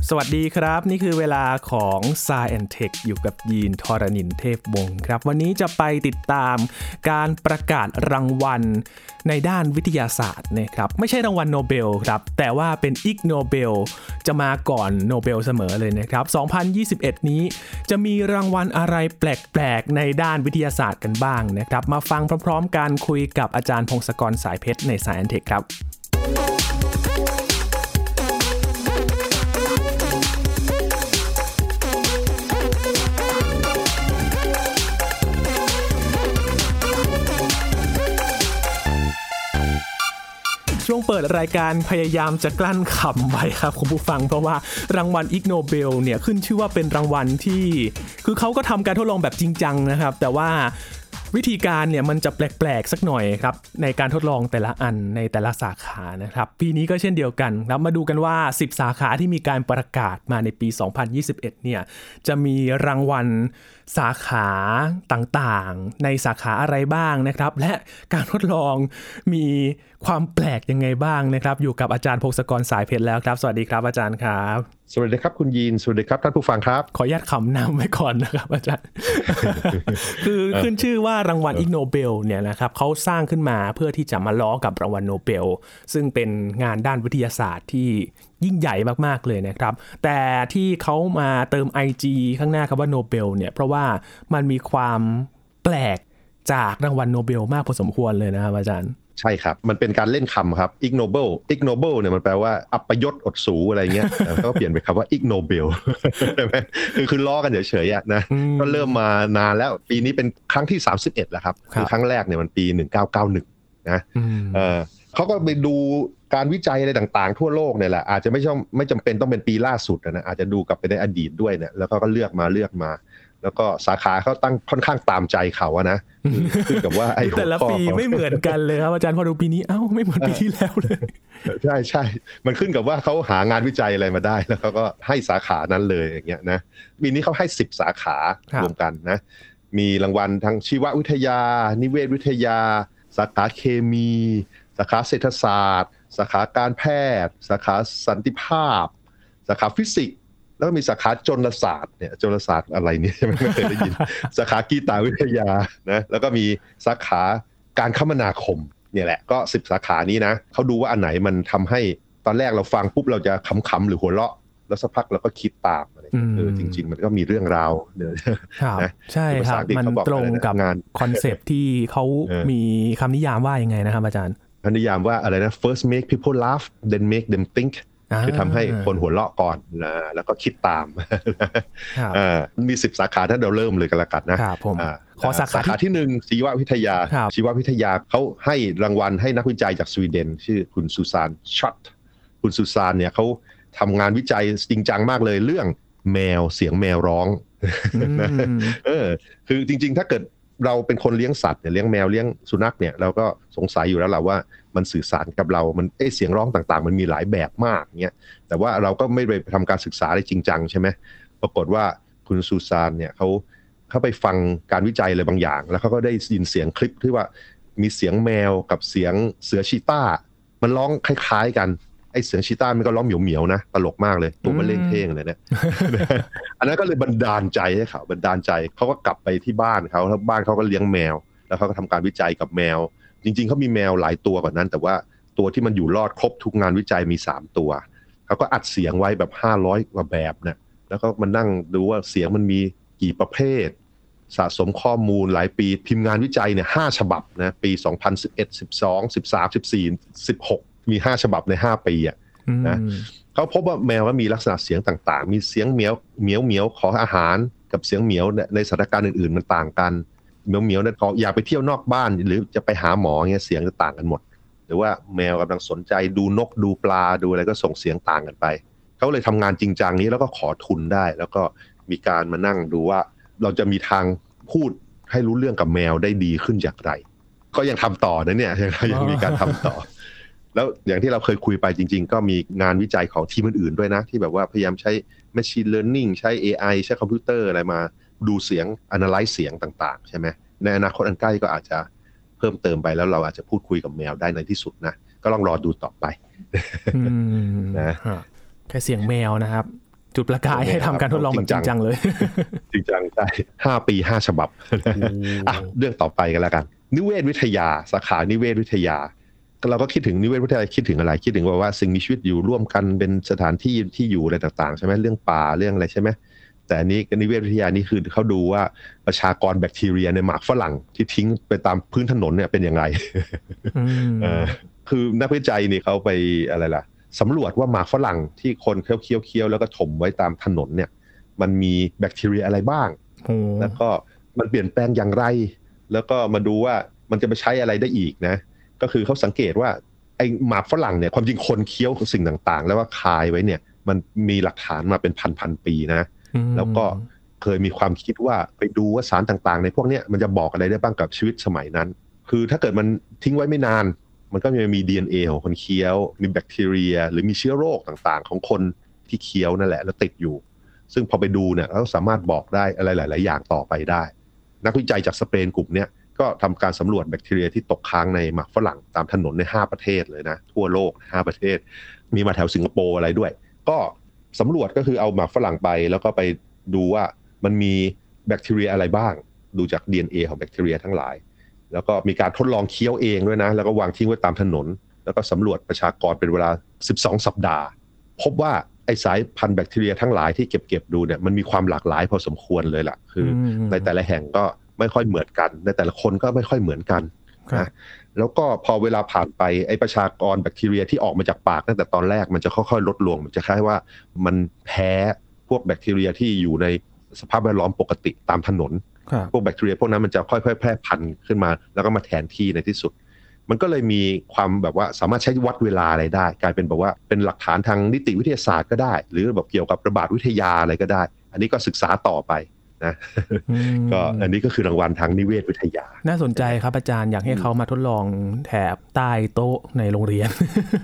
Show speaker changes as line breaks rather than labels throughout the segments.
สวัสดีครับนี่คือเวลาของ Science Tech อยู่กับยีนทรณินเทพวงศ์ครับวันนี้จะไปติดตามการประกาศรางวัลในด้านวิทยาศาสตร์นะครับไม่ใช่รางวัลโนเบลครับแต่ว่าเป็นอิกโนเบลจะมาก่อนโนเบลเสมอเลยนะครับ2021นี้จะมีรางวัลอะไรแปลกๆในด้านวิทยาศาสตร์กันบ้างนะครับมาฟังพร้อมๆกันคุยกับอาจารย์พงศกรสายเพชรใน Science Tech ครับช่วงเปิดรายการพยายามจะกลั้นขำไว้ครับคุณผู้ฟังเพราะว่ารางวัลอิกโนเบลเนี่ยขึ้นชื่อว่าเป็นรางวัลที่คือเขาก็ทำการทดลองแบบจริงจังนะครับแต่ว่าวิธีการเนี่ยมันจะแปลกๆสักหน่อยครับในการทดลองแต่ละอันในแต่ละสาขานะครับปีนี้ก็เช่นเดียวกันครับมาดูกันว่า10สาขาที่มีการประกาศมาในปี2021เนี่ยจะมีรางวัลสาขาต่างๆในสาขาอะไรบ้างนะครับและการทดลองมีความแปลกยังไงบ้างนะครับอยู่กับอาจารย์พงศกรสายเพชรแล้วครับสวัสดีครับอาจารย์ครับ
สวัสดีครับคุณยีนสวัสดีครับท่านผู้ฟังครับ
ขออนุญาตขำนำไว้ก่อนนะครับอาจารย์ คือขึ้นชื่อว่ารางวัลอิกโนเบลเนี่ยนะครับเขาสร้างขึ้นมาเพื่อที่จะมาล้อกับรางวัลโนเบลซึ่งเป็นงานด้านวิทยาศาสตร์ที่ยิ่งใหญ่มากๆเลยนะครับแต่ที่เขามาเติม IG ข้างหน้าคำว่าโนเบลเนี่ยเพราะว่ามันมีความแปลกจากรางวัลโนเบลมากพอสมควรเลยนะครับอาจารย์
ใช่ครับมันเป็นการเล่นคำครับ ignoble ignoble เนี่ยมันแปลว่าอัปยศอดสูอะไรเงี้ยแล้วก็เปลี่ยนเป็นคำว่า ignoble ใช่ไหมคือล้อกันเฉยๆนะก็เริ่มมานานแล้วปีนี้เป็นครั้งที่31แล้วครับคือครั้งแรกเนี่ยมันปี1991นะเขาก็ไปดูการวิจัยอะไรต่างๆทั่วโลกเนี่ยแหละอาจจะไม่จำเป็นต้องเป็นปีล่าสุดนะอาจจะดูกลับไปในอดีตด้วยเนี่ยแล้วก็เลือกมาแล้วก็สาขาเขาตั้งค่อนข้างตามใจเขาอะนะขึ้นกับว่าไอ้
แต่ละปีไม่เหมือนกันเลยครับอาจารย์พอดูปีนี้ไม่เหมือนปีที่แล้วเลย
ใช่มันขึ้นกับว่าเขาหางานวิจัยอะไรมาได้แล้วเขาก็ให้สาขานั้นเลยอย่างเงี้ยนะปีนี้เขาให้10สาขารวมกันนะมีรางวัลทั้งชีววิทยานิเวศวิทยาสาขาเคมีสาขาเศรษฐศาสตร์สาขาการแพทย์สาขาสันติภาพสาขาฟิสิกส์แล้วก็มีสาขาจลศาสตร์เนี่ยจลศาสตร์อะไรเนี่ยไม่เคยได้ยิน สาขากีตาวิทยานะแล้วก็มีสาขาการคมนาคมเนี่ยแหละก็10สาขานี้นะเขาดูว่าอันไหนมันทำให้ตอนแรกเราฟังปุ๊บเราจะขำๆหรือหัวเราะแล้วสักพักเราก็คิดตามจริงๆมันก็มีเรื่องราว
นะใช่ครับมันตรงกับงานคอนเซปต์ที่เขามีคำนิยามว่ายังไงนะครับอาจารย์
คำนิยามว่าอะไรนะ first make people laugh then make them thinkคือทำให้คนหัวเราะก่อนนะแล้วก็คิดตามมี10สาขาถ้าเราเริ่มเลยกันละกันนะ
ขอสาขา
ที่1ชีววิทยาเขาให้รางวัลให้นักวิจัยจากสวีเดนชื่อคุณซูซานช็อตคุณซูซานเนี่ยเขาทำงานวิจัยจริงจังมากเลยเรื่องแมวเสียงแมวร้องคือจริงๆถ้าเกิดเราเป็นคนเลี้ยงสัตว์เนี่ยเลี้ยงแมวเลี้ยงสุนัขเนี่ยเราก็สงสัยอยู่แล้วแหละว่ามันสื่อสารกับเรามันเสียงร้องต่างๆมันมีหลายแบบมากเงี้ยแต่ว่าเราก็ไม่ไปทำการศึกษาอะไรจริงจังใช่ไหมปรากฏว่าคุณซูซานเนี่ยเขาไปฟังการวิจัยอะไรบางอย่างแล้วเขาก็ได้ยินเสียงคลิปที่ว่ามีเสียงแมวกับเสียงเสือชีต้ามันร้องคล้ายๆกันไอ้เสียงชีต้ามันก็ร้องเหมียวๆนะตลกมากเลยตัวมันเล่งเท่งเลยเนี่ยอันนั้นก็เลยบันดาลใจให้เขาเขาก็กลับไปที่บ้านเขาแล้วบ้านเขาก็เลี้ยงแมวแล้วเขาก็ทำการวิจัยกับแมวจริงๆเขามีแมวหลายตัวกว่านั้นแต่ว่าตัวที่มันอยู่รอดครบทุกงานวิจัยมี3ตัวเขาก็อัดเสียงไว้แบบ500กว่าแบบนะแล้วก็มานั่งดูว่าเสียงมันมีกี่ประเภทสะสมข้อมูลหลายปีพิมพ์งานวิจัยเนี่ย5ฉบับนะปี2011 12 13 14 16มี5ฉบับใน5ปีอ่ะนะเขาพบว่าแมวมันมีลักษณะเสียงต่างๆมีเสียงเหมียวขออาหารกับเสียงเหมียวในสถานการณ์อื่นๆมันต่างกันเหมียวนั่นเขาอยากไปเที่ยวนอกบ้านหรือจะไปหาหมอเงี้ยเสียงจะต่างกันหมดหรือว่าแมวกำลังสนใจดูนกดูปลาดูอะไรก็ส่งเสียงต่างกันไปเขาเลยทำงานจริงจังนี้แล้วก็ขอทุนได้แล้วก็มีการมานั่งดูว่าเราจะมีทางพูดให้รู้เรื่องกับแมวได้ดีขึ้นอย่างไรก็ยังทำต่อนะเนี่ยยังมีการทำต่อแล้วอย่างที่เราเคยคุยไปจริงๆก็มีงานวิจัยของทีมอื่นๆด้วยนะที่แบบว่าพยายามใช้ machine learning ใช้ AI ใช้คอมพิวเตอร์อะไรมาดูเสียง analyze เสียงต่างๆใช่ไหมในอนาคตอันใกล้ก็อาจจะเพิ่มเติมไปแล้วเราอาจจะพูดคุยกับแมวได้ในที่สุดนะก็ลองรอดูต่อไป
นะแค่เสียงแมวนะครับจุดประกายให้ทำการทดลองแบบจริงจังเลย
จริงจังใช่5 ปี 5 ฉบับเรื่องต่อไปกันแล้วกันนิเวศวิทยาสาขานิเวศวิทยาเราก็คิดถึงนิเวศวิทยาคิดถึงอะไรคิดถึงว่าสิ่งมีชีวิตอยู่ร่วมกันเป็นสถานที่ที่อยู่อะไรต่างๆใช่ไหมเรื่องป่าเรื่องอะไรใช่ไหมแต่อันนี้นิเวศวิทยานี่คือเขาดูว่าประชากรแบคทีเรียในหมากฝรั่งที่ทิ้งไปตามพื้นถนนเนี่ยเป็นยังไงคือนักวิจัยนี่เขาไปอะไรล่ะสำรวจว่าหมากฝรั่งที่คนเคี้ยวแล้วก็ถมไว้ตามถนนเนี่ยมันมีแบคทีเรียอะไรบ้างแล้วก็มันเปลี่ยนแปลงอย่างไรแล้วก็มาดูว่ามันจะไปใช้อะไรได้อีกนะก็คือเขาสังเกตว่าไอ้หมากฝรั่งเนี่ยความจริงคนเคี้ยวสิ่งต่างๆแล้วว่าคายไว้เนี่ยมันมีหลักฐานมาเป็นพันปีนะแล้วก็เคยมีความคิดว่าไปดูว่าสารต่างๆในพวกนี้มันจะบอกอะไรได้บ้างกับชีวิตสมัยนั้นคือถ้าเกิดมันทิ้งไว้ไม่นานมันก็จะมี DNA ของคนเคี้ยวมีแบคทีเรียหรือมีเชื้อโรคต่างๆของคนที่เคี้ยวนั่นแหละแล้วติดอยู่ซึ่งพอไปดูเนี่ยเราสามารถบอกได้อะไรหลายๆอย่างต่อไปได้นักวิจัยจากสเปนกลุ่มเนี้ยก็ทำการสำรวจแบคทีเรียที่ตกค้างในหมากฝรั่งตามถนนใน5 ประเทศเลยนะทั่วโลก5 ประเทศมีมาแถวสิงคโปร์อะไรด้วยก็สำรวจก็คือเอาหมากฝรั่งไปแล้วก็ไปดูว่ามันมีแบคทีเรียอะไรบ้างดูจาก DNA ของแบคทีเรียทั้งหลายแล้วก็มีการทดลองเคี้ยวเองด้วยนะแล้วก็วางทิ้งไว้ตามถนนแล้วก็สำรวจประชากรเป็นเวลา12 สัปดาห์พบว่าไอสายพันธุ์แบคทีเรียทั้งหลายที่เก็บดูเนี่ยมันมีความหลากหลายพอสมควรเลยล่ะคือในแต่ละแห่งก็ไม่ค่อยเหมือนกันในแต่ละคนก็ไม่ค่อยเหมือนกันนะแล้วก็พอเวลาผ่านไปไอประชากรแบคทีเรียที่ออกมาจากปากตั้งแต่ตอนแรกมันจะค่อยๆลดลงมันจะคล้ายว่ามันแพ้พวกแบคทีเรียที่อยู่ในสภาพแวดล้อมปกติตามถนนพวกแบคทีเรียพวกนั้นมันจะค่อยๆแพร่พันธุ์ขึ้นมาแล้วก็มาแทนที่ในที่สุดมันก็เลยมีความแบบว่าสามารถใช้วัดเวลาอะไรได้กลายเป็นแบบว่าเป็นหลักฐานทางนิติวิทยาศาสตร์ก็ได้หรือแบบเกี่ยวกับระบาดวิทยาอะไรก็ได้อันนี้ก็ศึกษาต่อไปนะก็อันนี้ก็คือรางวัลทางนิเวศวิทยา
น่าสนใจครับอาจารย์อยากให้เขามาทดลองแถบใต้โต๊ะในโรงเรียน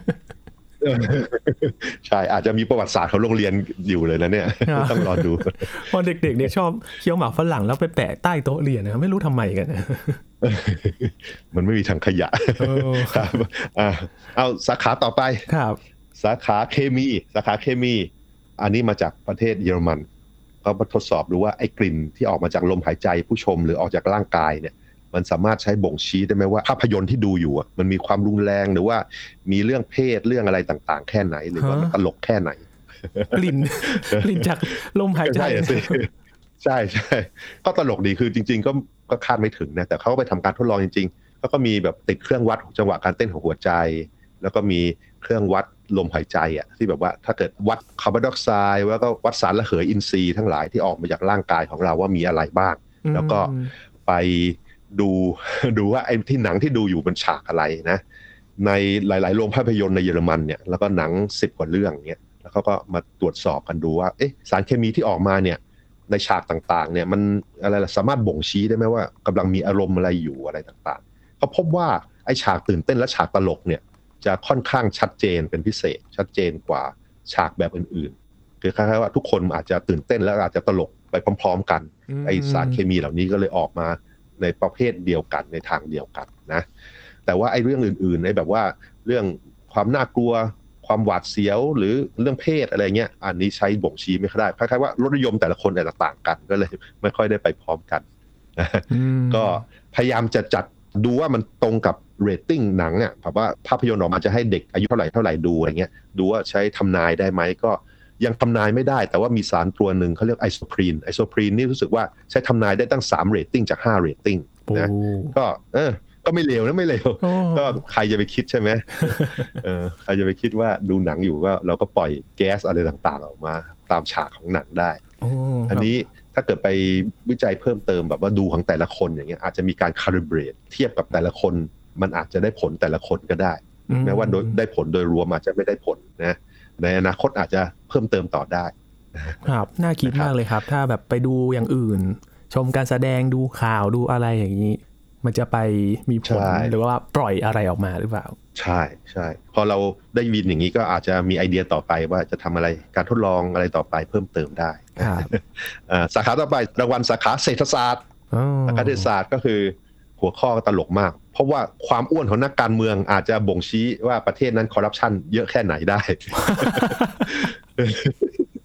ใช่อาจจะมีประวัติศาสตร์ของโรงเรียนอยู่เลยนะเนี่ยต้องรอดู
พอเด็กๆเนี่ยชอบเคี้ยวหมากฝรั่งแล้วไปแปะใต้โต๊ะเรียนนะไม่รู้ทำไมกัน
มันไม่มีถังขยะครับเอาสาขาต่อไป
ครับ
สาขาเคมีอันนี้มาจากประเทศเยอรมันก็มาทดสอบดูว่าไอ้กลิ่นที่ออกมาจากลมหายใจผู้ชมหรือออกจากร่างกายเนี่ยมันสามารถใช้บ่งชี้ได้ไหมว่าภาพยนตร์ที่ดูอยู่มันมีความรุนแรงหรือว่ามีเรื่องเพศเรื่องอะไรต่างๆแค่ไหนหรือว่ามันตลกแค่ไหน
กลิ่นจากลมหายใจ
ใช่ก็ตลกดีคือจริงๆก็คาดไม่ถึงนะแต่เขาก็ไปทำการทดลองจริงๆก็มีแบบติดเครื่องวัดจังหวะการเต้นของหัวใจแล้วก็มีเครื่องวัดลมหายใจอ่ะที่แบบว่าถ้าเกิดวัดคาร์บอนไดออกไซด์แล้วก็วัดสารระเหยอินทรีย์ทั้งหลายที่ออกมาจากร่างกายของเราว่ามีอะไรบ้างแล้วก็ไปดูว่าไอ้ที่หนังที่ดูอยู่เป็นฉากอะไรนะในหลายๆโรงภาพยนตร์ในเยอรมันเนี่ยแล้วก็หนัง10 กว่าเรื่องเนี่ยแล้วเขาก็มาตรวจสอบกันดูว่าเอ๊ะสารเคมีที่ออกมาเนี่ยในฉากต่างๆเนี่ยมันอะไรสามารถบ่งชี้ได้ไหมว่ากำลังมีอารมณ์อะไรอยู่อะไรต่างๆเขาพบว่าไอ้ฉากตื่นเต้นและฉากตลกเนี่ยจะค่อนข้างชัดเจนเป็นพิเศษชัดเจนกว่าฉากแบบอื่นๆคือคล้ายๆว่าทุกคนอาจจะตื่นเต้นและอาจจะตลกไปพร้อมๆกันไอ้สารเคมีเหล่านี้ก็เลยออกมาในประเภทเดียวกันในทางเดียวกันนะแต่ว่าไอ้เรื่องอื่นๆในแบบว่าเรื่องความน่ากลัวความหวาดเสียวหรือเรื่องเพศอะไรเงี้ยอันนี้ใช้บ่งชี้ไม่ได้คล้ายๆว่ารสนิยมแต่ละคนอาจจะต่างกันก็เลยไม่ค่อยได้ไปพร้อมกันก็พยายามจะจัดดูว่ามันตรงกับเรตติ้งหนังเนี่ยแบบว่าภาพยนตร์ออกมาจะให้เด็กอายุเท่าไหร่ดูอะไรเงี้ยดูว่าใช้ทำนายได้ไหมก็ยังทำนายไม่ได้แต่ว่ามีสารตัวหนึ่งเขาเรียกไอโซพรีนนี่รู้สึกว่าใช้ทำนายได้ตั้ง3เรตติ้งจาก5เรตติ้งนะก็ไม่เลวนะไม่เลวก็ใครจะไปคิดใช่ไหมใครจะไปคิดว่าดูหนังอยู่ก็เราก็ปล่อยแก๊สอะไรต่างๆออกมาตามฉากของหนังได้อันนี้ถ้าเกิดไปวิจัยเพิ่มเติมแบบว่าดูของแต่ละคนอย่างเงี้ยอาจจะมีการ calibrate เทียบกับแต่ละคนมันอาจจะได้ผลแต่ละคนก็ได้แม้ว่าได้ผลโดยรวมอาจจะไม่ได้ผลนะในอนาคตอาจจะเพิ่มเติมต่อได้
ครับน่าคิดมากเลยครับถ้าแบบไปดูอย่างอื่นชมการแสดงดูข่าวดูอะไรอย่างนี้มันจะไปมีผลหรือว่าปล่อยอะไรออกมาหรือเปล่า
ใช่พอเราได้ยินอย่างนี้ก็อาจจะมีไอเดียต่อไปว่าจะทำอะไรการทดลองอะไรต่อไปเพิ่มเติมได้สาขาต่อไปรางวัลสาขาเศรษฐศาสตร์สาขาเศรษฐศาสตร์ก็คือหัวข้อตลกมากเพราะว่าความอ้วนของนักการเมืองอาจจะบ่งชี้ว่าประเทศนั้นคอร์รัปชันเยอะแค่ไหนได้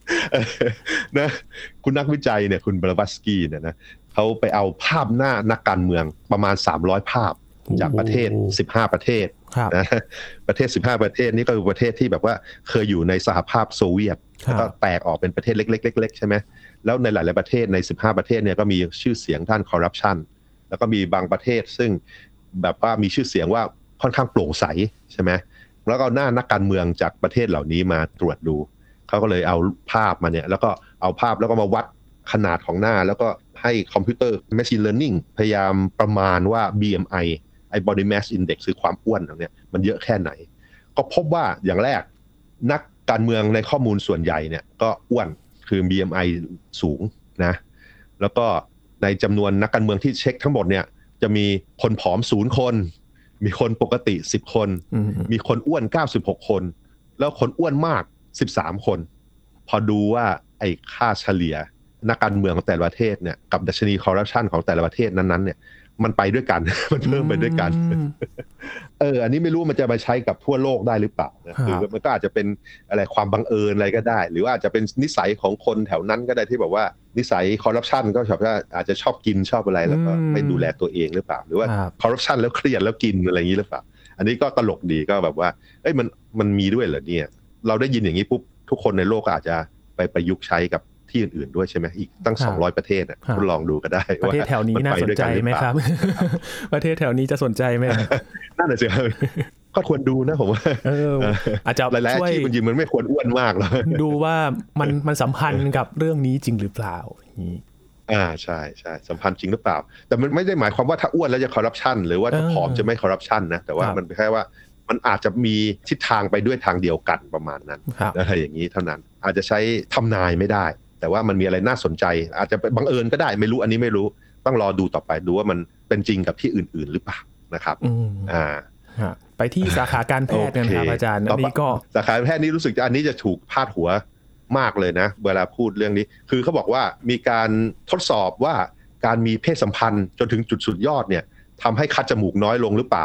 นะคุณนักวิจัยเนี่ยคุณบราวัสกี้เนี่ยนะเขาไปเอาภาพหน้านักการเมืองประมาณ300ภาพจากประเทศ15ประเทศนะประเทศ15ประเทศนี้ก็คือประเทศที่แบบว่าเคยอยู่ในสหภาพโซเวียตแล้วก็แตกออกเป็นประเทศเล็กๆๆใช่ไหมแล้วในหลายๆประเทศใน15ประเทศเนี่ยก็มีชื่อเสียงด้านคอร์รัปชันแล้วก็มีบางประเทศซึ่งแบบว่ามีชื่อเสียงว่าค่อนข้างโปร่งใสใช่ไหมแล้วก็หน้านักการเมืองจากประเทศเหล่านี้มาตรวจดูเขาก็เลยเอาภาพมาเนี่ยแล้วก็เอาภาพแล้วก็มาวัดขนาดของหน้าแล้วก็ให้คอมพิวเตอร์ Machine Learning พยายามประมาณว่า BMI ไอ้ Body Mass Index คือความอ้วนตรงเนี้ยมันเยอะแค่ไหนก็พบว่าอย่างแรกนักการเมืองในข้อมูลส่วนใหญ่เนี่ยก็อ้วนคือ BMI สูงนะแล้วก็ในจำนวนนักการเมืองที่เช็คทั้งหมดเนี่ยจะมีคนผอม0คนมีคนปกติ10คนมีคนอ้วน96คนแล้วคนอ้วนมาก13คนพอดูว่าไอ้ค่าเฉลี่ยนักการเมืองของแต่ละประเทศเนี่ยกับดัชนีคอร์รัปชันของแต่ละประเทศนั้นๆเนี่ยมันไปด้วยกัน มันเพิ่มไปด้วยกันอันนี้ไม่รู้มันจะมาใช้กับทั่วโลกได้หรือเปล่านะคือมันก็อาจจะเป็นอะไรความบังเอิญอะไรก็ได้หรือว่าอาจจะเป็นนิสัยของคนแถวนั้นก็ได้ที่แบบว่านิสัยคอร์รัปชันก็ชอบอาจจะชอบกินชอบอะไรแล้วก็ไม่ดูแลตัวเองหรือเปล่าหรือว่าคอร์รัปชันแล้วเครียดแล้วกินอะไรอย่างนี้หรือเปล่าอันนี้ก็ตลกดีก็แบบว่ามันมีด้วยเหรอเนี่ยเราได้ยินอย่างนี้ปุ๊บทุกคนในโลกก็อาจจะไปประยุกต์ใช้กับที่อื่นๆด้วยใช่ไหมอีกตั้ง200ประเทศคุณลองดูก็ได้
ประเทศแถวนี้น่าสนใจไหมครับประเทศแถวนี้จะสนใจไหม
น่าจะก็ควรดูนะผมว่า
อาจจะ
หลายๆที่จริงๆมันไม่ควรอ้วนมากหรอก
ดูว่ามันสัมพันธ์กับเรื่องนี้จริงหรือเปล่า
ใช่ใช่สัมพันธ์จริงหรือเปล่าแต่มันไม่ได้หมายความว่าถ้าอ้วนแล้วจะคอร์รัปชันหรือว่าถ้าผอมจะไม่คอร์รัปชันนะแต่ว่ามันแค่ว่ามันอาจจะมีทิศทางไปด้วยทางเดียวกันประมาณนั้นอะไรอย่างนี้เท่านั้นอาจจะใช้ทำนายไม่ได้แต่ว่ามันมีอะไรน่าสนใจอาจจะบังเอิญก็ได้ไม่รู้อันนี้ไม่รู้ต้องรอดูต่อไปดูว่ามันเป็นจริงกับที่อื่นๆหรือเปล่านะครับ
ไปที่สาขาการแพทย์กันครับอาจารย์อันนี้ก็
สาขาการแพทย์นี้รู้สึกอันนี้จะถูกพาดหัวมากเลยนะเวลาพูดเรื่องนี้คือเขาบอกว่ามีการทดสอบว่าการมีเพศสัมพันธ์จนถึงจุดสุดยอดเนี่ยทำให้คัดจมูกน้อยลงหรือเปล่า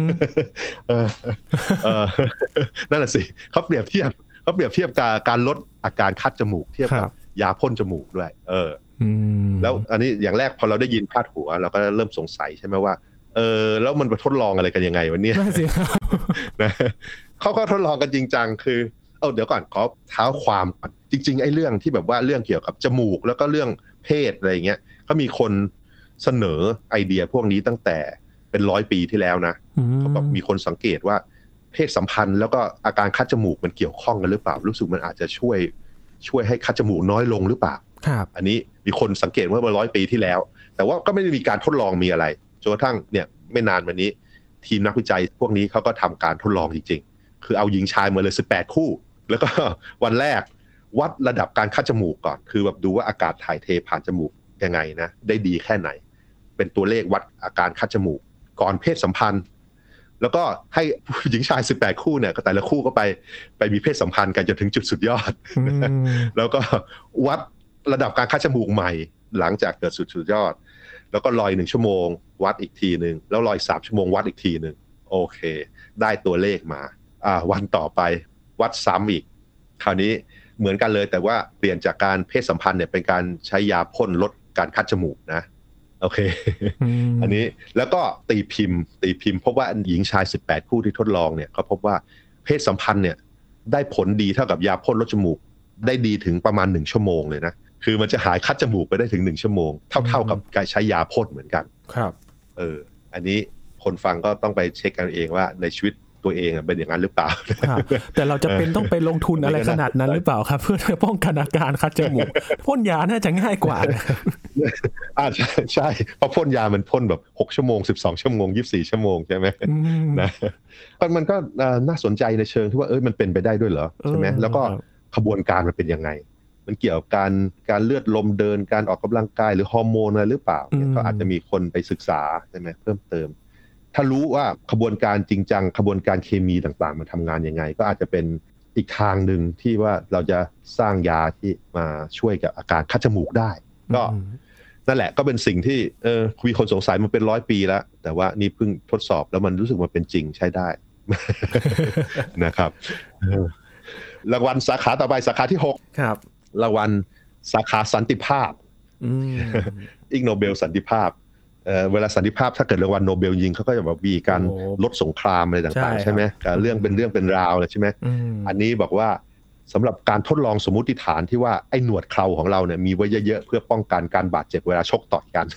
นั่นแหละสิเขาเปรียบเทียบการลดอาการคัดจมูกเทียบกับยาพ่นจมูกด้วยแล้วอันนี้อย่างแรกพอเราได้ยินพาดหัวเราก็เริ่มสงสัยใช่ไหมว่าแล้วมันไปทดลองอะไรกันยังไงวันนี้นะเขาก็ทดลองกันจริงจังคือเดี๋ยวก่อนขอเท้าความก่อนจริงๆไอ้เรื่องที่แบบว่าเรื่องเกี่ยวกับจมูกแล้วก็เรื่องเพศอะไรอย่างเงี้ยก็มีคนเสนอไอเดียพวกนี้ตั้งแต่เป็น100 ปีที่แล้วนะเขาบอกมีคนสังเกตว่าเพศสัมพันธ์แล้วก็อาการคัดจมูกมันเกี่ยวข้องกันหรือเปล่ารู้สึกมันอาจจะช่วยให้คัดจมูกน้อยลงหรือเปล่าอันนี้มีคนสังเกตเมื่อ100 ปีที่แล้วแต่ว่าก็ไม่ได้มีการทดลองมีอะไรจนกระทั่งเนี่ยไม่นานมานี้ทีมนักวิจัยพวกนี้เขาก็ทำการทดลองจริงๆคือเอาหญิงชายมาเลย18คู่แล้วก็วันแรกวัดระดับการคัดจมูกก่อนคือแบบดูว่าอากาศถ่ายเทผ่านจมูกยังไงนะได้ดีแค่ไหนเป็นตัวเลขวัดอาการคัดจมูกก่อนเพศสัมพันธ์แล้วก็ให้หญิงชาย18คู่เนี่ยแต่ละคู่ก็ไปมีเพศสัมพันธ์กันจนถึงจุดสุดยอดแล้วก็วัดระดับการคัดจมูกใหม่หลังจากเกิดสุดยอดแล้วก็รอ1 ชั่วโมงวัดอีกทีนึงแล้วรอ3 ชั่วโมงวัดอีกทีนึงโอเคได้ตัวเลขมาวันต่อไปวัดซ้ำอีกคราวนี้เหมือนกันเลยแต่ว่าเปลี่ยนจากการเพศสัมพันธ์เนี่ยเป็นการใช้ยาพ่นลดการคัดจมูกนะโอเค อันนี้แล้วก็ตีพิมพ์พบว่าหญิงชาย18คู่ที่ทดลองเนี่ยเขาพบว่าเพศสัมพันธ์เนี่ยได้ผลดีเท่ากับยาพ่นลดจมูกได้ดีถึงประมาณ1 ชั่วโมงเลยนะคือมันจะหายคัดจมูกไปได้ถึง1 ชั่วโมงเท่ากับการใช้ยาพ่นเหมือนกัน
ครับ
อันนี้คนฟังก็ต้องไปเช็คกันเองว่าในชีวิตตัวเองเป็นอย่างนั้นหรือเปล่า
แต่เราจะเป็นต้องไปลงทุนอะไรขนาดนั้นหรือเปล่าครับเพื่อป้องกันอาการคัดจมูกพ่นยาน่าจะง่ายกว่า
ใช่เพราะพ่นยามันพ่นแบบ6 ชั่วโมง12 ชั่วโมง24 ชั่วโมงใช่ไหมนะมันก็น่าสนใจในเชิงที่ว่ามันเป็นไปได้ด้วยเหรอใช่ไหมแล้วก็ขบวนการมันเป็นยังไงมันเกี่ยวกับการเลือดลมเดินการออกกำลังกายหรือฮอร์โมนอะไรหรือเปล่าก็อาจจะมีคนไปศึกษาใช่ไหมเพิ่มเติมถ้ารู้ว่าขบวนการจริงจังขบวนการเคมีต่างๆมันทำงานยังไงก็อาจจะเป็นอีกทางหนึ่งที่ว่าเราจะสร้างยาที่มาช่วยกับอาการคัดจมูกได้ก็นั่นแหละก็เป็นสิ่งที่มีคนสงสัยมันเป็น100 ปีแล้วแต่ว่านี่เพิ่งทดสอบแล้วมันรู้สึกมันเป็นจริงใช้ได้ นะครับรางวัลสาขาต่อไปสาขาที่6
ครับ
รางวัลสาขาสันติภาพอิกโนเบลสันติภาพเวลาสันติภาพถ้าเกิดรางวัลโนเบลยิงเขาก็จะแบบมีการลดสงครามอะไรต่างๆใช่ไหมเรื่องเป็นเรื่องเป็นราวเลยใช่ไหมอันนี้บอกว่าสำหรับการทดลองสมมุติฐานที่ว่าไอ้หนวดเคราของเราเนี่ยมีไว้เยอะๆเพื่อป้องกันการบาดเจ็บเวลาชกต่อยกัน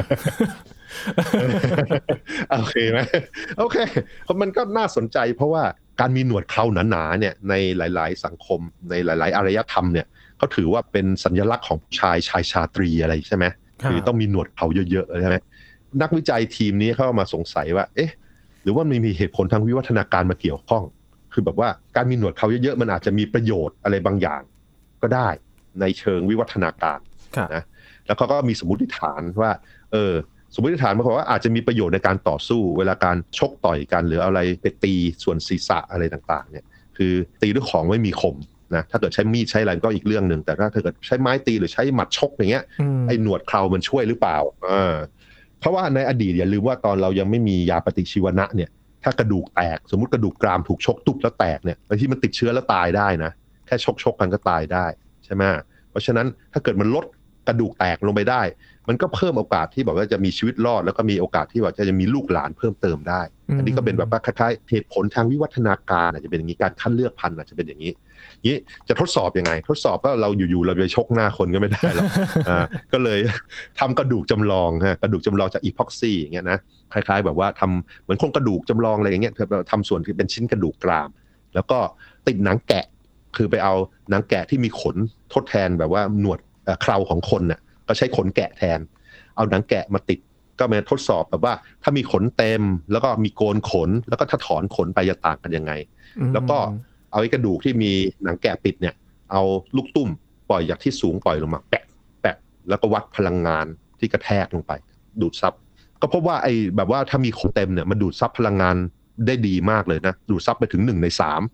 โอเคไหมโอเคมันก็น่าสนใจเพราะว่าการมีหนวดเคราหนาๆเนี่ยในหลายๆสังคมในหลายๆอารยธรรมเนี่ยเขาถือว่าเป็นสัญลักษณ์ของชายชาตรีอะไรใช่ไหมคือต้องมีหนวดเคราเยอะๆใช่ไหมนักวิจัยทีมนี้เขามาสงสัยว่าเอ๊ะหรือว่ามีเหตุผลทางวิวัฒนาการมาเกี่ยวข้องคือแบบว่าการมีหนวดเคราเยอะๆมันอาจจะมีประโยชน์อะไรบางอย่างก็ได้ในเชิงวิวัฒนาการนะแล้วเขาก็มีสมมติฐานว่าสมมติฐานมาบอกว่าอาจจะมีประโยชน์ในการต่อสู้เวลาการชกต่อยกันหรืออะไรไปตีส่วนศีรษะอะไรต่างๆเนี่ยคือตีด้วยของไม่มีคมนะถ้าเกิดใช้มีดใช้อะไรก็อีกเรื่องนึงแต่ถ้าเกิดใช้ไม้ตีหรือใช้หมัดชกอย่างเงี้ยไอ้หนวดเครามันช่วยหรือเปล่าเพราะว่าในอดีตอย่าลืมว่าตอนเรายังไม่มียาปฏิชีวนะเนี่ยถ้ากระดูกแตกสมมุติกระดูกกรามถูกชกตุบแล้วแตกเนี่ยบางทีมันติดเชื้อแล้วตายได้นะแค่ชกกันก็ตายได้ใช่ไหมเพราะฉะนั้นถ้าเกิดมันลดกระดูกแตกลงไปได้มันก็เพิ่มโอกาสที่บอกว่าจะมีชีวิตรอดแล้วก็มีโอกาสที่ว่าจะมีลูกหลานเพิ่มเติมได้อันนี้ก็เป็นแบบว่าคล้ายๆเหตุผลทางวิวัฒนาการอาจจะเป็นอย่างนี้การคัดเลือกพันธุ์อาจจะเป็นอย่างนี้จะทดสอบยังไงทดสอบก็เราอยู่ๆเราไปชกหน้าคนก็ไม่ได้หรอกก็เลยทำกระดูกจำลองกระดูกจำลองจากอีพ็อกซี่อย่างเงี้ยนะคล้ายๆแบบว่าทำเหมือนโครงกระดูกจำลองอะไรอย่างเงี้ยทำส่วนที่เป็นชิ้นกระดูกกรามแล้วก็ติดหนังแกะคือไปเอาหนังแกะที่มีขนทดแทนแบบว่าหนวดเคราของคนน่ะก็ใช้ขนแกะแทนเอาหนังแกะมาติดก็มาทดสอบแบบว่าถ้ามีขนเต็มแล้วก็มีโกนขนแล้วก็ถ้าถอนขนไปจะต่างกันยังไงแล้วก็เอาไอ้กระดูกที่มีหนังแกะปิดเนี่ยเอาลูกตุ้มปล่อยจากที่สูงปล่อยลงมาแปะแล้วก็วัดพลังงานที่กระแทกลงไปดูดซับก็พบว่าไอ้แบบว่าถ้ามีขนเต็มเนี่ยมันดูดซับพลังงานได้ดีมากเลยนะดูดซับไปถึง1 ใน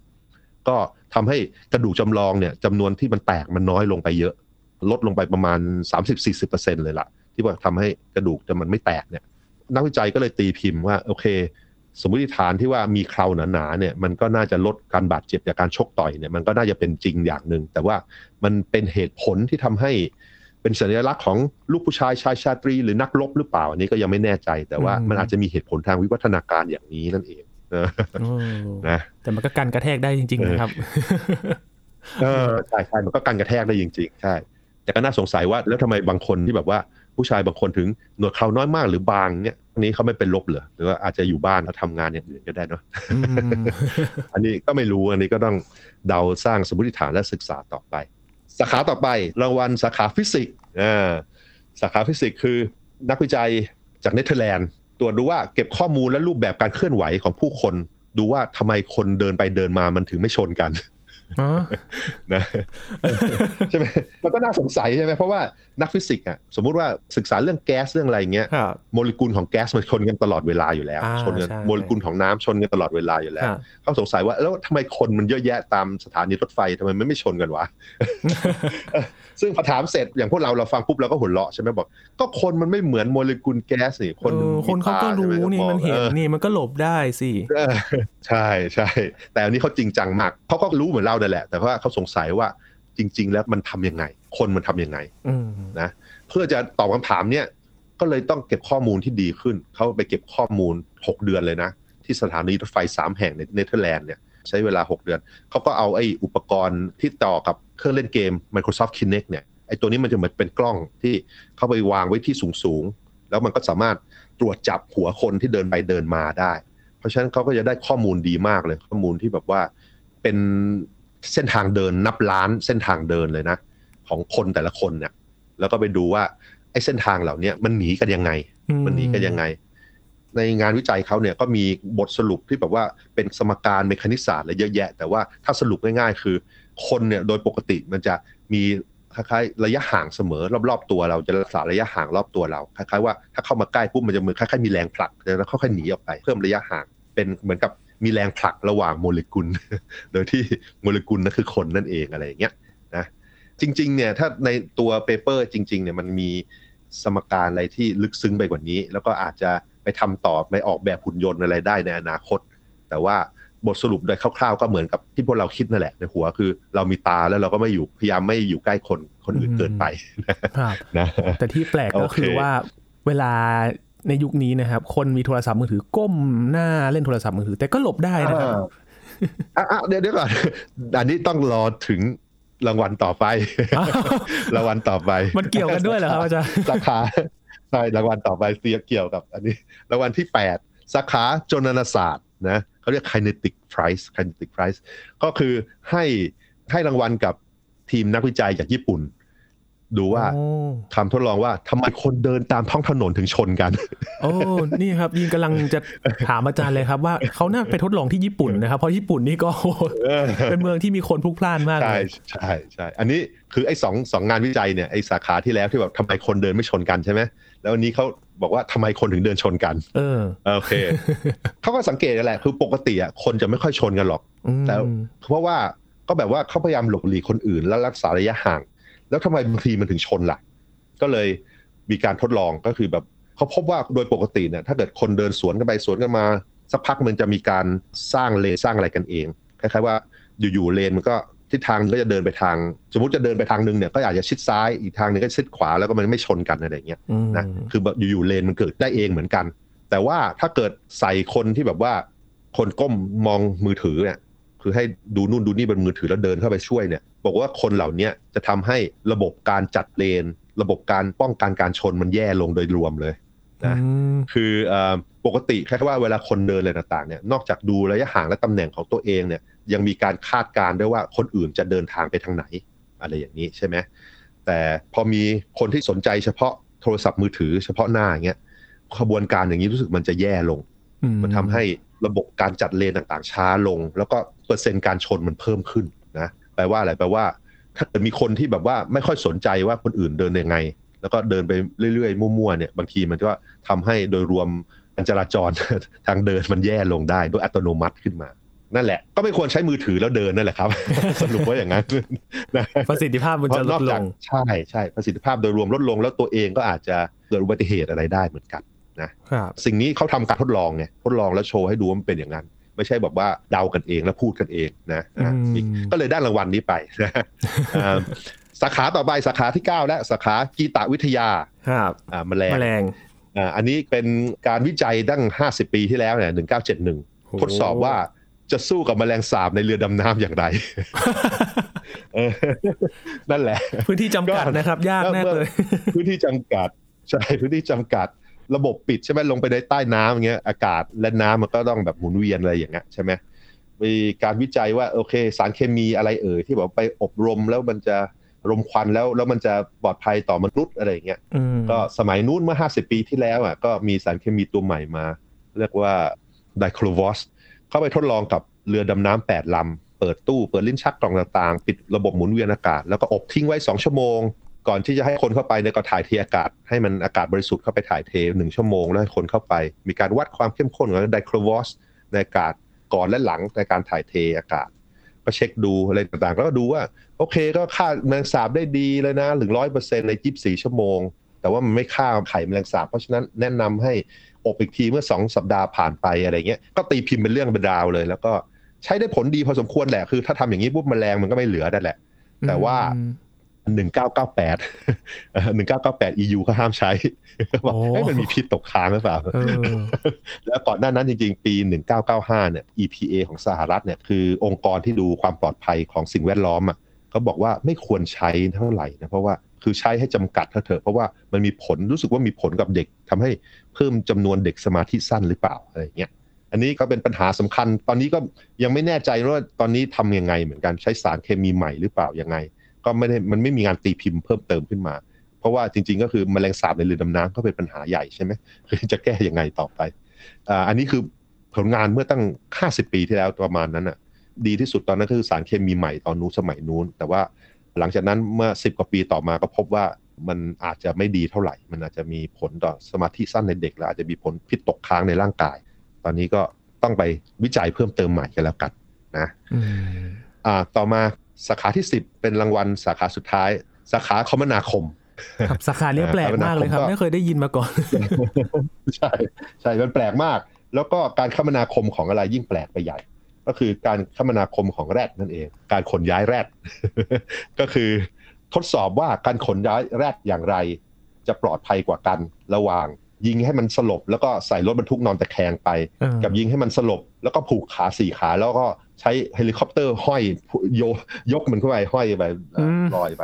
3ก็ทำให้กระดูกจำลองเนี่ยจำนวนที่มันแตกมันน้อยลงไปเยอะลดลงไปประมาณ 30-40% เลยล่ะที่ว่าทำให้กระดูกมันไม่แตกเนี่ยนักวิจัยก็เลยตีพิมพ์ว่าโอเคสมมติฐานที่ว่ามีเคราหนาๆเนี่ยมันก็น่าจะลดการบาดเจ็บจากการชกต่อยเนี่ยมันก็น่าจะเป็นจริงอย่างนึงแต่ว่ามันเป็นเหตุผลที่ทำให้เป็นสัญลักษณ์ของลูกผู้ชายชาตรีหรือนักรบหรือเปล่าอันนี้ก็ยังไม่แน่ใจแต่ว่ามันอาจจะมีเหตุผลทางวิวัฒนาการอย่างนี้นั่นเองนะ
แต่มันก็กันกระแทกได้จริงๆนะครับ
ใช่มันก็กันกระแทกได้จริงๆใช่แต่ก็น่าสงสัยว่าแล้วทำไมบางคนที่แบบว่าผู้ชายบางคนถึงหนวดเคราน้อยมากหรือบางเนี่ยนี้เขาไม่เป็นลบเหรอหรือว่าอาจจะอยู่บ้านแล้วทำงานอย่างอื่นก็ได้เนาะ อันนี้ก็ไม่รู้อันนี้ก็ต้องเดาสร้างสมมติฐานและศึกษาต่อไปสาขาต่อไปรางวัลสาขาฟิสิกส์สาขาฟิสิกส์คือนักวิจัยจากเนเธอร์แลนด์ตรวจดูว่าเก็บข้อมูลและรูปแบบการเคลื่อนไหวของผู้คนดูว่าทำไมคนเดินไปเดินมามันถึงไม่ชนกันนะใช่ไหมมันก็น่าสงสัยใช่ไหมเพราะว่านักฟิสิกส์สมมุติว่าศึกษาเรื่องแก๊สเรื่องอะไรเงี้ยโมเลกุลของแก๊สมันชนกันตลอดเวลาอยู่แล้วชนกันโมเลกุลของน้ำชนกันตลอดเวลาอยู่แล้วเขาสงสัยว่าแล้วทำไมคนมันเยอะแยะตามสถานีรถไฟทำไมไม่ชนกันวะ ซึ่งพอถามเสร็จอย่างพวกเราฟังปุ๊บเราก็หัวเราะใช่ไหมบอกก็คนมันไม่เหมือนโมเลกุลแก๊สนี่
คนเขาก็รู้นี่มันเห็นนี่มันก็หลบได้สิ
ใช่ใช่แต่อันนี้เขาจริงจังมากเขาก็รู้เหมือนเราแหละแต่ว่าเขาสงสัยว่าจริงๆแล้วมันทำยังไงคนมันทำยังไงนะเพื่อจะตอบคำถามเนี้ยก็เลยต้องเก็บข้อมูลที่ดีขึ้นเขาไปเก็บข้อมูล6 เดือนเลยนะที่สถานีรถไฟ3 แห่งในเนเธอร์แลนด์เนี่ยใช้เวลา6 เดือนเขาก็เอาไอ้อุปกรณ์ที่ต่อกับเครื่องเล่นเกม Microsoft Kinect เนี่ยไอ้ตัวนี้มันจะเหมือนเป็นกล้องที่เข้าไปวางไว้ที่สูงๆแล้วมันก็สามารถตรวจจับหัวคนที่เดินไปเดินมาได้เพราะฉะนั้นเขาก็จะได้ข้อมูลดีมากเลยข้อมูลที่แบบว่าเป็นเส้นทางเดินนับล้านเส้นทางเดินเลยนะของคนแต่ละคนเนี่ยแล้วก็ไปดูว่าไอ้เส้นทางเหล่านี้มันหนีกันยังไงในงานวิจัยเขาเนี่ยก็มีบทสรุปที่แบบว่าเป็นสมการเมคานิกศาสตร์อะไรเยอะแยะแต่ว่าถ้าสรุปง่ายๆคือคนเนี่ยโดยปกติมันจะมีคล้ายๆระยะห่างเสมอรอบๆตัวเราจะรักษาระยะห่างรอบตัวเราคล้ายๆว่าถ้าเข้ามาใกล้ปุ๊บมันจะเหมือนคล้ายๆมีแรงผลักแล้วค่อยๆหนีออกไปเพิ่มระยะห่างเป็นเหมือนกับมีแรงผลักระหว่างโมเลกุล โดยที่โมเลกุลนั่นคือคนนั่นเองอะไรอย่างเงี้ยนะจริงๆเนี่ยถ้าในตัวเปเปอร์จริงๆเนี่ยมันมีสมการอะไรที่ลึกซึ้งไปกว่านี้แล้วก็อาจจะไปทำต่อไปออกแบบหุ่นยนต์อะไรได้ในอนาคตแต่ว่าบทสรุปโดยคร่าวๆก็เหมือนกับที่พวกเราคิดนั่นแหละในหัวคือเรามีตาแล้วเราก็ไม่อยู่พยายามไม่อยู่ใกล้คนอื่นเกินไป
นะแต่ที่แปลกก็คือว่าเวลาในยุคนี้นะครับคนมีโทรศัพท์มือถือก้มหน้าเล่นโทรศัพท์มือถือแต่ก็หลบได้นะครับ
เดี๋ยวก่อนอันนี้ต้องรอถึงรางวัลต่อไปรางวัลต่อไป
มันเกี่ยวกันด้วยเหรอครับอาจารย์
สาขาใช่รางวัลต่อไปเกี่ยวกับอันนี้รางวัลที่8สาขาโจรณศาสตร์นะเขาเรียก Kinetic Prize ก็คือให้รางวัลกับทีมนักวิจัยจากญี่ปุ่นดูว่าคำทดลองว่าทำไมคนเดินตามท้องถนนถึงชนกัน
โอ้นี่ครับยิงกำลังจะถามอาจารย์เลยครับว่าเขาน่าไปทดลองที่ญี่ปุ่นนะครับเพราะญี่ปุ่นนี่ก็เป็นเมืองที่มีคนพลุกพล่านมากเลย
ใช่อันนี้คือไอ้สองงานวิจัยเนี่ยไอ้สาขาที่แล้วที่แบบทำไมคนเดินไม่ชนกันใช่ไหมแล้วอันนี้เขาบอกว่าทำไมคนถึงเดินชนกันโอเคเขาก็สังเกตนั่นแหละคือปกติอ่ะคนจะไม่ค่อยชนกันหรอกแต่เพราะว่าก็แบบว่าเขาพยายามหลบหลีกคนอื่นแล้วรักษาระยะห่างแล้วทำไมบางทีมันถึงชนล่ะก็เลยมีการทดลองก็คือแบบเขาพบว่าโดยปกติเนี่ยถ้าเกิดคนเดินสวนกันไปสวนกันมาสักพักมันจะมีการสร้างเลนสร้างอะไรกันเองคล้ายๆว่าอยู่ๆเลนมันก็ทิศทางก็จะเดินไปทางสมมุติจะเดินไปทางนึงเนี่ยก็อาจจะชิดซ้ายอีกทางนึงก็ชิดขวาแล้วก็มันไม่ชนกันอะไรอย่างเงี้ยนะคือแบบอยู่ๆเลนมันเกิดได้เองเหมือนกันแต่ว่าถ้าเกิดใส่คนที่แบบว่าคนก้มมองมือถือเนี่ยคือให้ดูนู่นดูนี่บนมือถือแล้วเดินเข้าไปช่วยเนี่ยบอกว่าคนเหล่านี้จะทำให้ระบบการจัดเลนระบบการป้องกันการชนมันแย่ลงโดยรวมเลยนะคือปกติแค่ว่าเวลาคนเดินอะไรต่างๆเนี่ยนอกจากดูระยะห่างและตำแหน่งของตัวเองเนี่ยยังมีการคาดการณ์ด้วยว่าคนอื่นจะเดินทางไปทางไหนอะไรอย่างนี้ใช่ไหมแต่พอมีคนที่สนใจเฉพาะโทรศัพท์มือถือเฉพาะหน้าอย่างเงี้ยขบวนการอย่างนี้รู้สึกมันจะแย่ลงมันทำให้ระบบการจัดเลนต่างๆช้าลงแล้วก็เปอร์เซ็นต์การชนมันเพิ่มขึ้นนะแปลว่าอะไรแปลว่าถ้าเกิดมีคนที่แบบว่าไม่ค่อยสนใจว่าคนอื่นเดินยังไงแล้วก็เดินไปเรื่อยๆมั่วๆเนี่ยบางทีมันก็ทำให้โดยรวมการจราจรทางเดินมันแย่ลงได้โดยอัตโนมัติขึ้นมานั่นแหละก็ไม่ควรใช้มือถือแล้วเดินนั่นแหละครับ สรุปว่าอย่างนั้น
ประสิทธิภาพมันจะลดลง
ใช่ประสิทธิภาพโดยรวมลดลงแล้วตัวเองก็อาจจะเกิดอุบัติเหตุอะไรได้เหมือนกันนะสิ่งนี้เขาทำการทดลองไงทดลองแล้วโชว์ให้ดูว่ามันเป็นอย่างนั้นไม่ใช่แบบว่าเดากันเองแล้วพูดกันเองนะก็เลยได้รางวัลนี้ไปนะสาขาต่อไปสาขาที่9และสาขากีตวิทยาแมลงอันนี้เป็นการวิจัยตั้ง50ปีที่แล้วเนี่ย1971ทดสอบว่าจะสู้กับแมลงสาบในเรือดำน้ำอย่างไรนั่นแหละ
พื้นที่จำกัดนะครับยากแน่เลย
พื้นที่จำกัดใช่พื้นที่จำกัดระบบปิดใช่ไหมลงไปในใต้น้ำอย่างเงี้ยอากาศและน้ำมันก็ต้องแบบหมุนเวียนอะไรอย่างเงี้ยใช่ไหมมีการวิจัยว่าโอเคสารเคมีอะไรที่แบบไปอบรมแล้วมันจะรมควันแล้วมันจะปลอดภัยต่อมนุษย์อะไรอย่างเงี้ยก็สมัยนู้นเมื่อ50ปีที่แล้วอ่ะก็มีสารเคมีตัวใหม่มาเรียกว่าไดโคลวอสเข้าไปทดลองกับเรือดำน้ำ8ลำเปิดตู้เปิดลิ้นชักกล่องต่างๆปิดระบบหมุนเวียนอากาศแล้วก็อบทิ้งไว้2ชั่วโมงก่อนที่จะให้คนเข้าไปเนี่ยก็ถ่ายเทอากาศให้มันอากาศบริสุทธิ์เข้าไปถ่ายเท1ชั่วโมงแล้วให้คนเข้าไปมีการวัดความเข้มข้นของไดโคลวอสในอากาศก่อนและหลังในการถ่ายเทอากาศก็เช็คดูอะไรต่างๆแล้วก็ดูว่าโอเคก็ฆ่าแมลงสาบได้ดีเลยนะถึง 100% ใน24ชั่วโมงแต่ว่ามันไม่ฆ่าไข่แมลงสาบเพราะฉะนั้นแนะนำให้อบอีกทีเมื่อ2สัปดาห์ผ่านไปอะไรเงี้ยก็ตีพิมพ์เป็นเรื่องเป็นราวเลยแล้วก็ใช้ได้ผลดีพอสมควรแหละคือถ้าทำอย่างนี้ปุ๊บแมลงมันก็ไม่เหลือนั่นแหละแต่ว่า1998 EU ก็ห้ามใช้บอกให้มันมีพิษตกค้างหรือเปล่าแล้วก่อนหน้านั้นจริงๆปี1995เนี่ย EPA ของสหรัฐเนี่ยคือองค์กรที่ดูความปลอดภัยของสิ่งแวดล้อมอ่ะเขาบอกว่าไม่ควรใช้เท่าไหร่นะเพราะว่าคือใช้ให้จำกัดเถอะเพราะว่ามันมีผลรู้สึกว่ามีผลกับเด็กทำให้เพิ่มจำนวนเด็กสมาธิสั้นหรือเปล่าอะไรอย่างเงี้ยอันนี้ก็เป็นปัญหาสำคัญตอนนี้ก็ยังไม่แน่ใจว่าตอนนี้ทำยังไงเหมือนกันใช้สารเคมีใหม่หรือเปล่ายังไงก็มันไม่มีงานตีพิมพ์เพิ่มเติมขึ้นมาเพราะว่าจริงๆก็คือแมลงสาบในเรือดำน้ำก็เป็นปัญหาใหญ่ใช่ไหมคือจะแก้ยังไงต่อไปอันนี้คือผลงานเมื่อตั้ง50ปีที่แล้วประมาณนั้นอ่ะดีที่สุดตอนนั้นคือสารเคมีใหม่ตอนนู้นสมัยนู้นแต่ว่าหลังจากนั้นเมื่อ10กว่าปีต่อมาก็พบว่ามันอาจจะไม่ดีเท่าไหร่มันอาจจะมีผลต่อสมาธิสั้นในเด็กและอาจจะมีผลพิษตกค้างในร่างกายตอนนี้ก็ต้องไปวิจัยเพิ่มเติมใหม่กันแล้วกันนะต่อมาสาขาที่10เป็นรางวัลสาขาสุดท้ายสาขาคมนาคม
ครับสาขาเนี้ยแปลกมากเลยครับไม่เคยได้ยินมาก่อน
ใช่มันแปลกมากแล้วก็การคมนาคมของอะไรยิ่งแปลกไปใหญ่ก็คือการคมนาคมของแรดนั่นเองการขนย้ายแรด ก็คือทดสอบว่าการขนย้ายแรดอย่างไรจะปลอดภัยกว่ากันระหว่างยิงให้มันสลบแล้วก็ใส่รถบรรทุกนอนตะแคงไปกับยิงให้มันสลบแล้วก็ผูกขา4ขาแล้วก็ใช้เฮลิคอปเตอร์ห้อยยกมันขึ้นไปห้อยไปลอยไป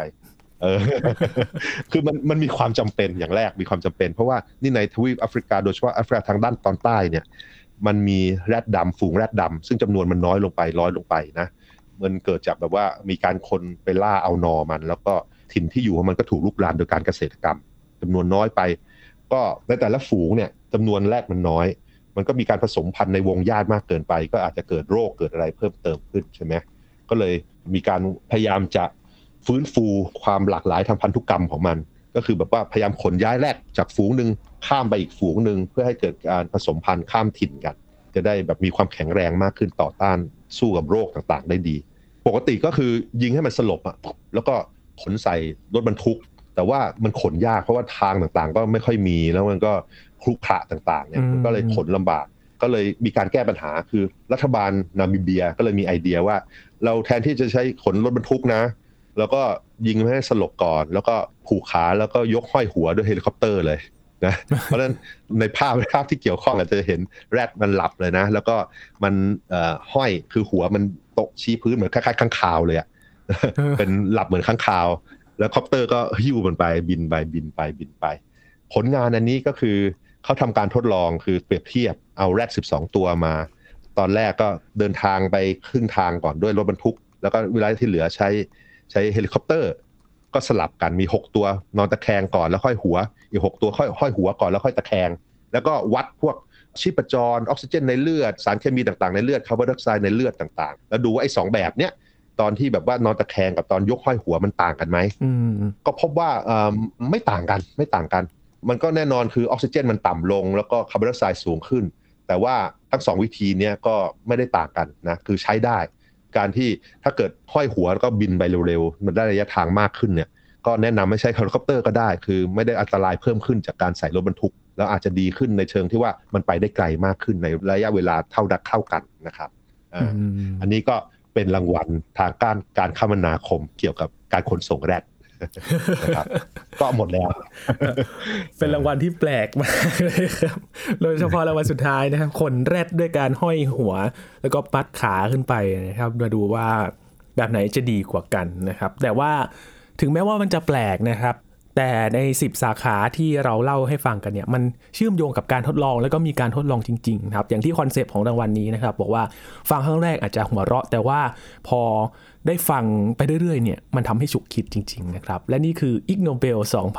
คือมันมีความจำเป็นอย่างแรกมีความจำเป็นเพราะว่านี่ในทวีปแอฟริกาโดยเฉพาะแอฟริกาทางด้านตอนใต้เนี่ยมันมีแรดดำฝูงแรดดำซึ่งจำนวนมันน้อยลงไปนะมันเกิดจากแบบว่ามีการคนไปล่าเอานอมันแล้วก็ถิ่นที่อยู่ของมันก็ถูกลุกลามโดยการเกษตรกรรมจำนวนน้อยไปก็ในแต่ละฝูงเนี่ยจำนวนแรดมันน้อยมันก็มีการผสมพันธุ์ในวงญาติมากเกินไปก็อาจจะเกิดโรคเกิดอะไรเพิ่มเติมขึ้นใช่ไหมก็เลยมีการพยายามจะฟื้นฟูความหลากหลายทางพันธุกรรมของมันก็คือแบบว่าพยายามขนย้ายแรดจากฝูงนึงข้ามไปอีกฝูงนึงเพื่อให้เกิดการผสมพันธุ์ข้ามถิ่นกันจะได้แบบมีความแข็งแรงมากขึ้นต่อต้านสู้กับโรคต่างๆได้ดีปกติก็คือยิงให้มันสลบอ่ะแล้วก็ขนใส่รถบรรทุกแต่ว่ามันขนยากเพราะว่าทางต่างๆก็ไม่ค่อยมีแล้วมันก็ครุขระต่างๆเนี่ยมันก็เลยขนลำบากก็เลยมีการแก้ปัญหาคือรัฐบาลนามิเบียก็เลยมีไอเดียว่าเราแทนที่จะใช้ขนรถบรรทุกนะแล้วก็ยิงให้สลบก่อนแล้วก็ผูกขาแล้วก็ยกห้อยหัวด้วยเฮลิคอปเตอร์เลยนะเพราะฉะนั้นในภาพที่เกี่ยวข้องอาจจะเห็นแรดมันหลับเลยนะแล้วก็มันห้อยคือหัวมันตกชี้พื้นเหมือนคล้ายๆค้างคาวเลยอ่ะ เป็นหลับเหมือนค้างคาวแล้วคอปเตอร์ก็หิ้วมันไปบินไปผลงานอันนี้ก็คือเขาทำการทดลองคือเปรียบเทียบเอาแรด12ตัวมาตอนแรกก็เดินทางไปครึ่งทางก่อนด้วยรถบรรทุกแล้วก็เวลาที่เหลือใช้เฮลิคอปเตอร์ก็สลับกันมี6ตัวนอนตะแคงก่อนแล้วค่อยหัวอีก6ตัวค่อยหัวก่อนแล้วค่อยตะแคงแล้วก็วัดพวกชีพจรออกซิเจนในเลือดสารเคมีต่างๆในเลือดคาร์บอนไดออกไซด์ในเลือดต่างๆแล้วดูว่าไอ้2แบบเนี้ยตอนที่แบบว่านอนตะแคงกับตอนยกห้อยหัวมันต่างกันไหมก็พบว่าไม่ต่างกันมันก็แน่นอนคือออกซิเจนมันต่ำลงแล้วก็คาร์บอนไดออกไซด์สูงขึ้นแต่ว่าทั้ง2วิธีนี้ก็ไม่ได้ต่างกันนะคือใช้ได้การที่ถ้าเกิดห้อยหัวแล้วก็บินไปเร็วๆมันได้ระยะทางมากขึ้นเนี่ยก็แนะนำไม่ใช่เฮลิคอปเตอร์ก็ได้คือไม่ได้อันตรายเพิ่มขึ้นจากการใส่รถบรรทุกแล้วอาจจะดีขึ้นในเชิงที่ว่ามันไปได้ไกลมากขึ้นในระยะเวลาเท่ากันนะครับอันนี้ก็เป็นรางวัลทางการคมนาคมเกี่ยวกับการขนส่งแรดนะครับก็หมดแล้ว
เป็นรางวัลที่แปลกมากเลยครับโดยเฉพาะรางวัลสุดท้ายนะครับขนแรดด้วยการห้อยหัวแล้วก็ปัดขาขึ้นไปนะครับมาดูว่าแบบไหนจะดีกว่ากันนะครับแต่ว่าถึงแม้ว่ามันจะแปลกนะครับแต่ใน10สาขาที่เราเล่าให้ฟังกันเนี่ยมันเชื่อมโยงกับการทดลองแล้วก็มีการทดลองจริงๆครับอย่างที่คอนเซปต์ของรางวัลนี้นะครับบอกว่าฟังครั้งแรกอาจจะหัวเราะแต่ว่าพอได้ฟังไปเรื่อยๆเนี่ยมันทำให้ฉุกคิดจริงๆนะครับและนี่คือIg Nobel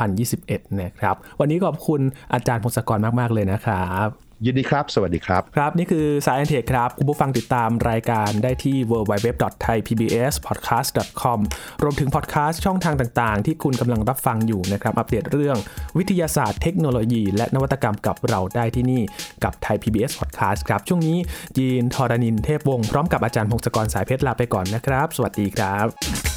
2021นะครับวันนี้ขอบคุณอาจารย์พงศกรมากๆเลยนะครับ
ยินดีครับสวัสดีครับ
ครับนี่คือ Science Tech ครับคุณผู้ฟังติดตามรายการได้ที่ www.thaipbspodcast.com รวมถึงพอดแคสต์ช่องทางต่างๆที่คุณกำลังรับฟังอยู่นะครับอัปเดตเรื่องวิทยาศาสตร์เทคโนโลยีและนวัตกรรมกับเราได้ที่นี่กับ Thai PBS Podcast ครับช่วงนี้ยีนทรณินเทพวงศ์พร้อมกับอาจารย์พงศกรสายเพชรลาไปก่อนนะครับสวัสดีครับ